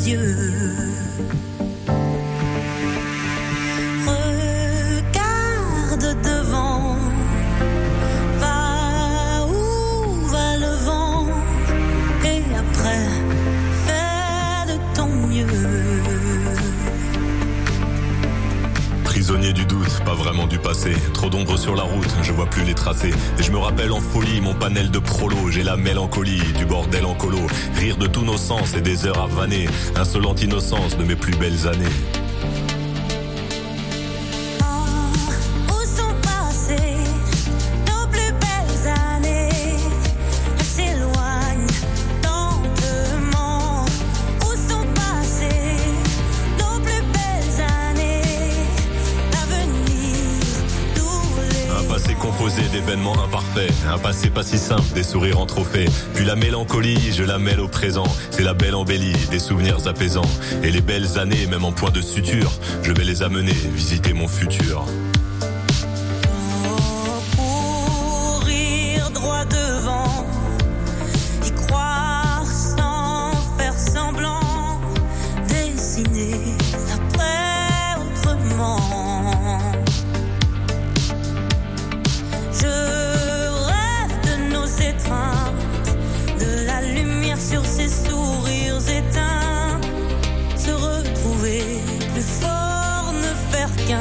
yeux. Regarde devant, va où va le vent, et après, fais de ton mieux. Prisonnier du doute, pas vraiment du passé. Trop d'ombre sur la route, je vois plus les tracés. Et je me rappelle en folie mon panel de prolo. J'ai la mélancolie du bordel en colo. Rire de tous nos sens et des heures à vanner. Insolente innocence de mes plus belles années. D'événements imparfaits, un passé pas si simple, des sourires en trophée. Puis la mélancolie, je la mêle au présent. C'est la belle embellie, des souvenirs apaisants. Et les belles années, même en point de suture, je vais les amener visiter mon futur. Courir droit devant, y croire sans faire semblant, dessiner après autrement. De la lumière sur ses sourires éteints, se retrouver plus fort, ne faire qu'un.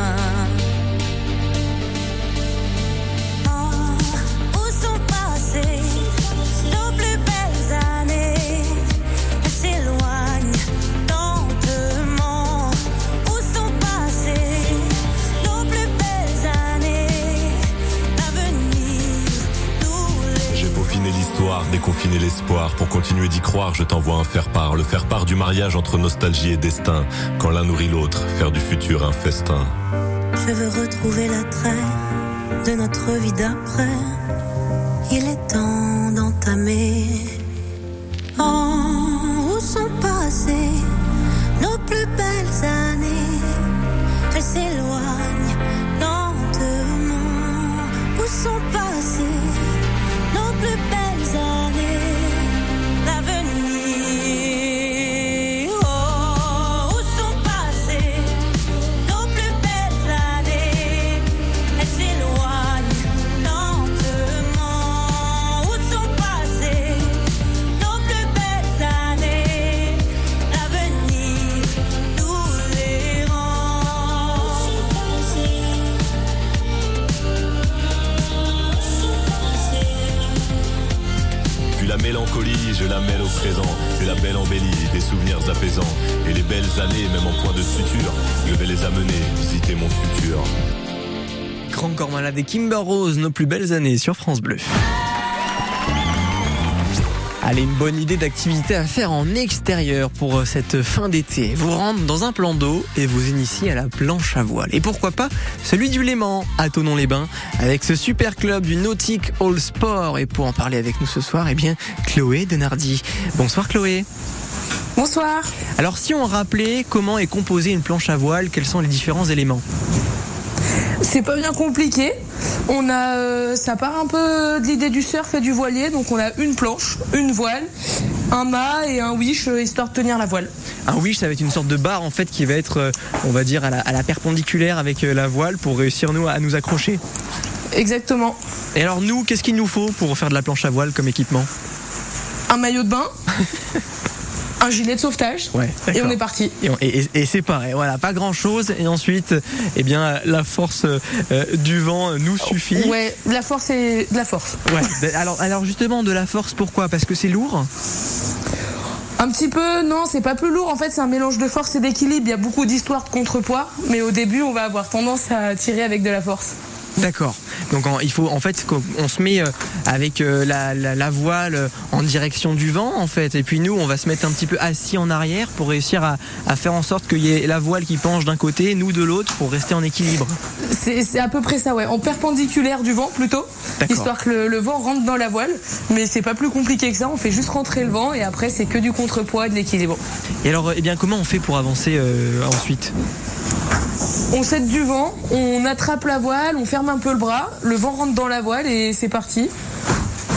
Où sont passées nos plus belles années? Elles s'éloignent lentement. Où sont passées nos plus belles années? L'avenir nous les... J'ai peaufiné l'histoire, déconfiné l'espoir. Pour continuer d'y croire, je t'envoie un faire-part. Le faire-part du mariage entre nostalgie et destin. Quand l'un nourrit l'autre, faire du futur un festin. Je veux retrouver l'attrait de notre vie d'après. Il est temps d'entamer. Oh, où sont passées nos plus belles années? Elles s'éloignent lentement. Où sont passées nos plus belles années? L'avenir. Oh, où sont passées nos plus belles années? Elles s'éloignent lentement. Où sont passées nos plus belles années? L'avenir nous les rend. Puis la mélancolie, je la mêle au présent. C'est la belle embellie, des souvenirs apaisants. Et les belles années, même en point de suture, je vais les amener visiter mon futur. Grand Corps Malade et Kimber Rose, nos plus belles années sur France Bleu. Allez, une bonne idée d'activité à faire en extérieur pour cette fin d'été. Vous rentrez dans un plan d'eau et vous initiez à la planche à voile. Et pourquoi pas celui du Léman à Thonon-les-Bains avec ce super club du Nautique All Sport. Et pour en parler avec nous ce soir, eh bien, Chloé Denardi. Bonsoir Chloé. Bonsoir. Alors si on rappelait comment est composée une planche à voile, quels sont les différents éléments ? C'est pas bien compliqué. On a, ça part un peu de l'idée du surf et du voilier. Donc on a une planche, une voile, un mât et un wish histoire de tenir la voile. Un wish, ça va être une sorte de barre en fait qui va être, on va dire, à la perpendiculaire avec la voile pour réussir à nous accrocher. Exactement. Et alors nous, qu'est-ce qu'il nous faut pour faire de la planche à voile comme équipement ? Un maillot de bain. Un gilet de sauvetage, ouais, et on est parti. Et c'est pareil, voilà, pas grand chose. Et ensuite, eh bien, la force du vent nous suffit. Ouais, la force est de la force. Ouais. Alors justement, de la force, pourquoi ? Parce que c'est lourd ? Un petit peu, non, c'est pas plus lourd. En fait, c'est un mélange de force et d'équilibre. Il y a beaucoup d'histoires de contrepoids, mais au début, on va avoir tendance à tirer avec de la force. D'accord. Donc il faut en fait qu'on se met avec la voile en direction du vent en fait, et puis nous on va se mettre un petit peu assis en arrière pour réussir à faire en sorte qu'il y ait la voile qui penche d'un côté, nous de l'autre, pour rester en équilibre. C'est à peu près ça, ouais, en perpendiculaire du vent plutôt. D'accord. Histoire que le vent rentre dans la voile, mais c'est pas plus compliqué que ça. On fait juste rentrer le vent et après c'est que du contrepoids et de l'équilibre. Et alors, eh bien, comment on fait pour avancer ensuite ? On cède du vent, on attrape la voile, on ferme un peu le bras, le vent rentre dans la voile et c'est parti.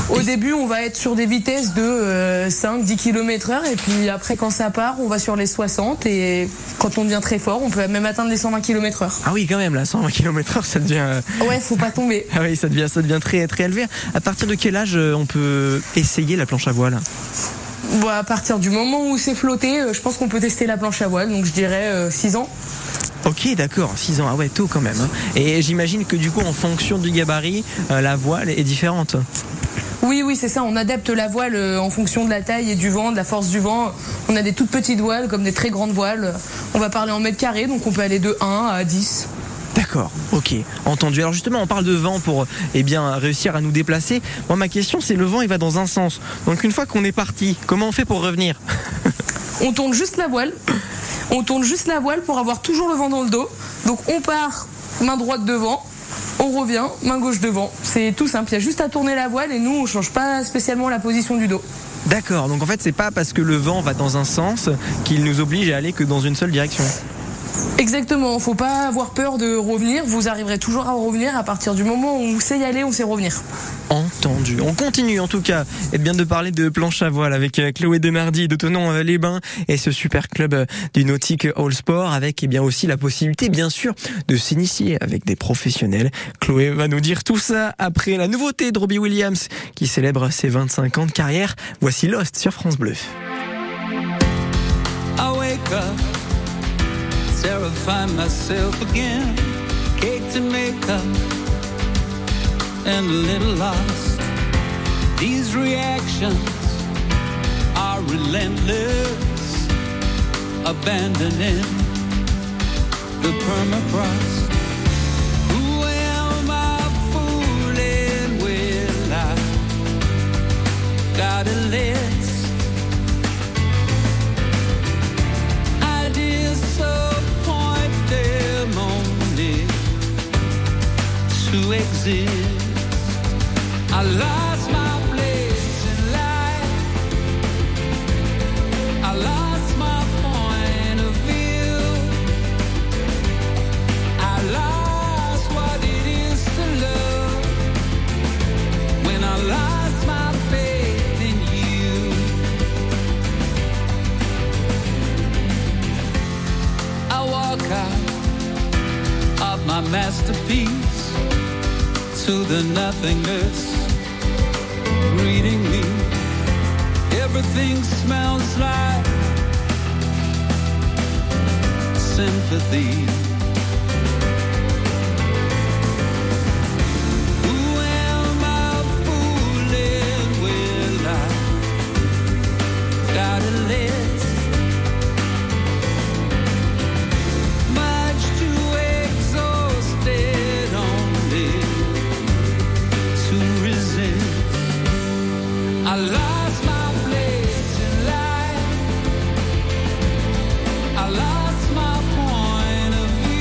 Au début, on va être sur des vitesses de 5-10 km/h et puis après, quand ça part, on va sur les 60 et quand on devient très fort, on peut même atteindre les 120 km/h. Ah oui, quand même, là, 120 km/h, ça devient... Ouais, faut pas tomber. Ah oui, ça devient très, très élevé. À partir de quel âge on peut essayer la planche à voile ? Bon, à partir du moment où c'est flotté, je pense qu'on peut tester la planche à voile, donc je dirais 6 ans. Ok, d'accord, 6 ans, ah ouais, tôt quand même. Et j'imagine que du coup, en fonction du gabarit, la voile est différente. Oui, c'est ça, on adapte la voile en fonction de la taille et du vent, de la force du vent. On a des toutes petites voiles comme des très grandes voiles. On va parler en mètres carrés, donc on peut aller de 1 à 10. D'accord, ok, entendu. Alors justement, on parle de vent pour réussir à nous déplacer. Moi, ma question, c'est le vent, il va dans un sens. Donc une fois qu'on est parti, comment on fait pour revenir ? On tourne juste la voile. On tourne juste la voile pour avoir toujours le vent dans le dos. Donc on part main droite devant, on revient main gauche devant. C'est tout simple, il y a juste à tourner la voile et nous on change pas spécialement la position du dos. D'accord, donc en fait c'est pas parce que le vent va dans un sens qu'il nous oblige à aller que dans une seule direction. Exactement, faut pas avoir peur de revenir, vous arriverez toujours à revenir à partir du moment où on sait y aller, on sait revenir. Entendu. On continue en tout cas de parler de planche à voile avec Chloé Denardi de Thonon-les-Bains et ce super club du Nautique All Sport avec aussi la possibilité bien sûr de s'initier avec des professionnels. Chloé va nous dire tout ça après la nouveauté de Robbie Williams qui célèbre ses 25 ans de carrière. Voici Lost sur France Bleu. Terrify myself again, cake to make up, and a little lost. These reactions are relentless, abandoning the permafrost. Who am I fooling with? I got a list. To exist, I lost my place in life. I lost my point of view. I lost what it is to love when I lost my faith in you. I walk out of my masterpiece to the nothingness greeting me. Everything smells like sympathy. Who am I fooling with? I got a list. Much too exhausted only to resist. I lost my place in life. I lost my point of view.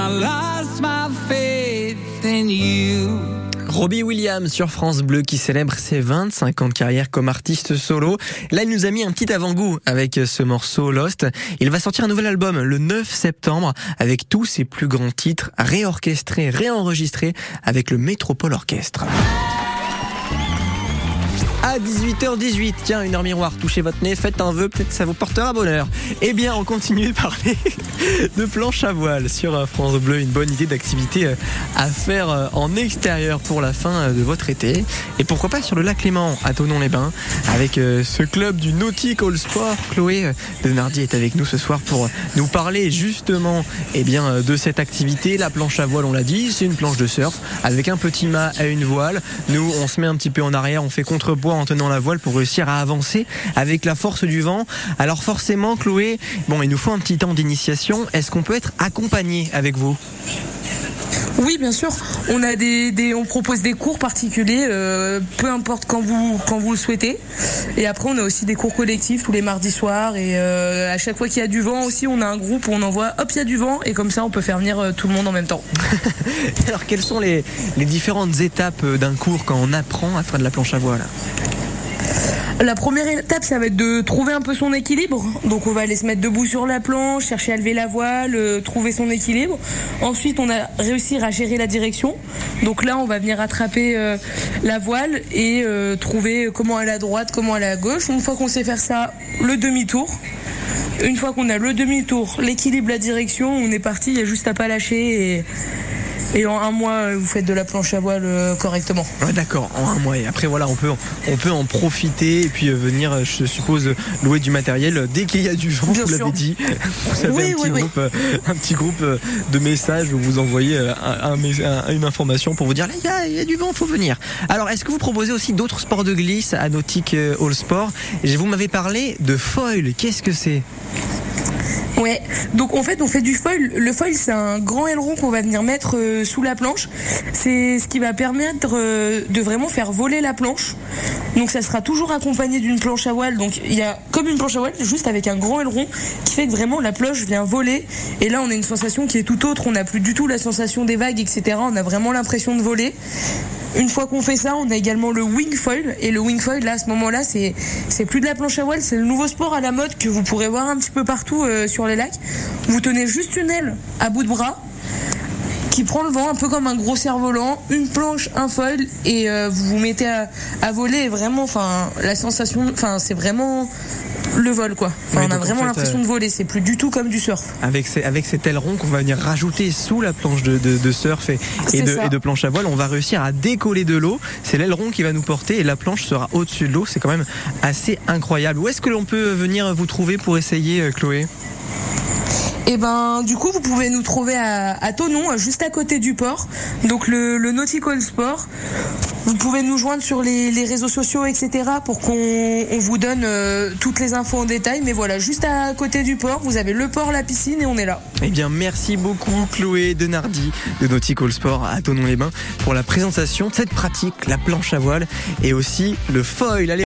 I lost my faith in you. Robbie Williams sur France Bleu qui célèbre ses 25 ans de carrière comme artiste solo. Là, il nous a mis un petit avant-goût avec ce morceau Lost. Il va sortir un nouvel album le 9 septembre avec tous ses plus grands titres réorchestrés, réenregistrés avec le Métropole Orchestre. À 18h18, tiens, une heure miroir, touchez votre nez, faites un vœu, peut-être ça vous portera bonheur. Eh bien, on continue de parler de planche à voile sur France Bleu, une bonne idée d'activité à faire en extérieur pour la fin de votre été. Et pourquoi pas sur le lac Léman, à Thonon-les-Bains, avec ce club du Nautical Sport. Chloé Denardi est avec nous ce soir pour nous parler justement de cette activité. La planche à voile, on l'a dit, c'est une planche de surf avec un petit mât à une voile. Nous, on se met un petit peu en arrière, on fait contrepoids en tenant la voile pour réussir à avancer avec la force du vent. Alors forcément, Chloé, il nous faut un petit temps d'initiation. Est-ce qu'on peut être accompagné avec vous ? Oui, bien sûr. On a on propose des cours particuliers, peu importe quand vous le souhaitez. Et après, on a aussi des cours collectifs tous les mardis soirs. Et à chaque fois qu'il y a du vent aussi, on a un groupe où on envoie, hop, il y a du vent. Et comme ça, on peut faire venir tout le monde en même temps. Alors, quelles sont les différentes étapes d'un cours quand on apprend à faire de la planche à voile ? La première étape, ça va être de trouver un peu son équilibre. Donc on va aller se mettre debout sur la planche, chercher à lever la voile, trouver son équilibre. Ensuite, on a réussi à gérer la direction. Donc là, on va venir attraper la voile et trouver comment aller à droite, comment aller à gauche. Une fois qu'on sait faire ça, le demi-tour. Une fois qu'on a le demi-tour, l'équilibre, la direction, on est parti. Il y a juste à pas lâcher et en un mois, vous faites de la planche à voile correctement. Ouais, d'accord, en un mois. Et après, voilà, on peut en profiter et puis venir, je suppose, louer du matériel dès qu'il y a du vent. Bien vous sûr. L'avez dit. Vous avez un petit groupe de messages où vous envoyez une information pour vous dire, là, il y a du vent, il faut venir. Alors, est-ce que vous proposez aussi d'autres sports de glisse à Nautic All Sport ? Vous m'avez parlé de foil. Qu'est-ce que c'est ? Ouais, donc en fait on fait du foil. Le foil, c'est un grand aileron qu'on va venir mettre sous la planche. C'est ce qui va permettre de vraiment faire voler la planche. Donc ça sera toujours accompagné d'une planche à voile. Donc il y a comme une planche à voile, juste avec un grand aileron qui fait que vraiment la planche vient voler. Et là on a une sensation qui est tout autre. On n'a plus du tout la sensation des vagues, etc. On a vraiment l'impression de voler. Une fois qu'on fait ça, on a également le wing foil. Et le wing foil, là, à ce moment-là, c'est plus de la planche à voile, c'est le nouveau sport à la mode que vous pourrez voir un petit peu partout sur les lacs. Vous tenez juste une aile à bout de bras qui prend le vent un peu comme un gros cerf-volant, une planche, un foil et vous vous mettez à voler. Et vraiment, la sensation, c'est vraiment le vol, quoi. On a vraiment l'impression de voler. C'est plus du tout comme du surf. Avec cet aileron qu'on va venir rajouter sous la planche de surf et de planche à voile, on va réussir à décoller de l'eau. C'est l'aileron qui va nous porter et la planche sera au-dessus de l'eau. C'est quand même assez incroyable. Où est-ce que l'on peut venir vous trouver pour essayer, Chloé ? Et du coup, vous pouvez nous trouver à Thonon, juste à côté du port. Donc le Nautical Sport. Vous pouvez nous joindre sur les réseaux sociaux, etc. pour qu'on vous donne toutes les infos en détail. Mais voilà, juste à côté du port, vous avez le port, la piscine et on est là. Eh bien, merci beaucoup Chloé Denardi de Nautical Sport à Thonon-les-Bains pour la présentation de cette pratique, la planche à voile et aussi le foil. Allez,